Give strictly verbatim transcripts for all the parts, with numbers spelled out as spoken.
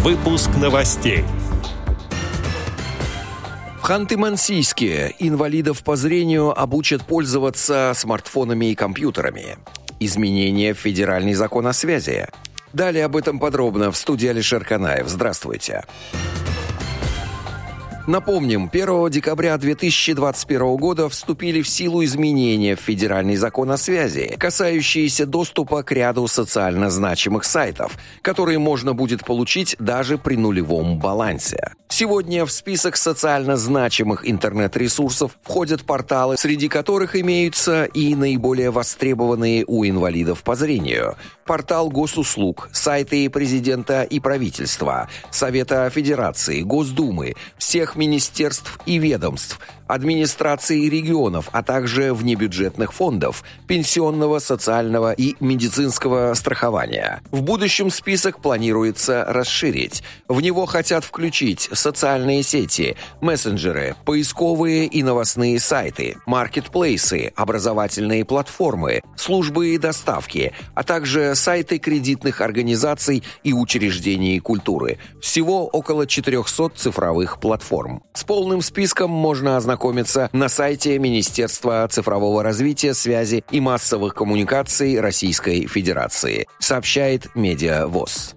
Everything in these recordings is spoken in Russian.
Выпуск новостей. В Ханты-Мансийске инвалидов по зрению обучат пользоваться смартфонами и компьютерами. Изменения в федеральный закон о связи. Далее об этом подробно в студии Алишер Канаев. Здравствуйте. Напомним, первого декабря две тысячи двадцать первого года вступили в силу изменения в федеральный закон о связи, касающиеся доступа к ряду социально значимых сайтов, которые можно будет получить даже при нулевом балансе. Сегодня в список социально значимых интернет-ресурсов входят порталы, среди которых имеются и наиболее востребованные у инвалидов по зрению: портал госуслуг, сайты президента и правительства, Совета Федерации, Госдумы, всех министерств и ведомств, администрации регионов, а также внебюджетных фондов, пенсионного, социального и медицинского страхования. В будущем список планируется расширить. В него хотят включить социальные сети, мессенджеры, поисковые и новостные сайты, маркетплейсы, образовательные платформы, службы доставки, а также сайты кредитных организаций и учреждений культуры. Всего около четырехсот цифровых платформ. С полным списком можно ознакомиться на сайте Министерства цифрового развития, связи и массовых коммуникаций Российской Федерации, сообщает Медиавоз.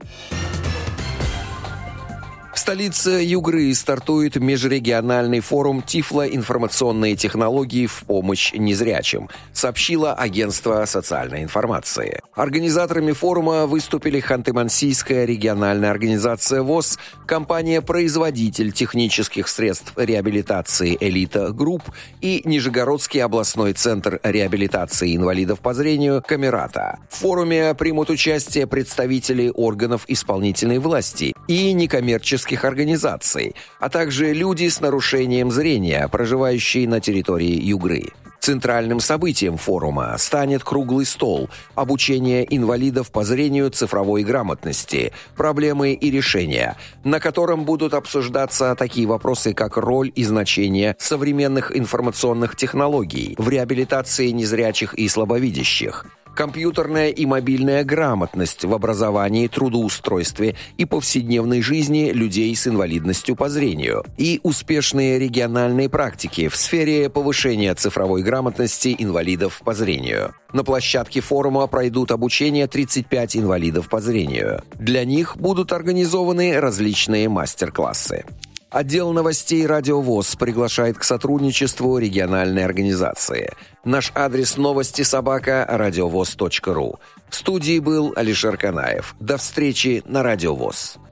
В столице Югры стартует межрегиональный форум «Тифлоинформационные технологии в помощь незрячим», сообщило агентство социальной информации. Организаторами форума выступили Ханты-Мансийская региональная организация ВОС, компания-производитель технических средств реабилитации «Элита Групп» и Нижегородский областной центр реабилитации инвалидов по зрению «Камерата». В форуме примут участие представители органов исполнительной власти и некоммерческих организаций, а также люди с нарушением зрения, проживающие на территории Югры. Центральным событием форума станет круглый стол «Обучение инвалидов по зрению цифровой грамотности. Проблемы и решения», на котором будут обсуждаться такие вопросы, как роль и значение современных информационных технологий в реабилитации незрячих и слабовидящих, компьютерная и мобильная грамотность в образовании, трудоустройстве и повседневной жизни людей с инвалидностью по зрению и успешные региональные практики в сфере повышения цифровой грамотности инвалидов по зрению. На площадке форума пройдут обучение тридцать пять инвалидов по зрению. Для них будут организованы различные мастер-классы. Отдел новостей «Радио ВОС» приглашает к сотрудничеству региональной организации. Наш адрес новости собака радиовоз точка ру. В студии был Алишер Канаев. До встречи на «Радио ВОС».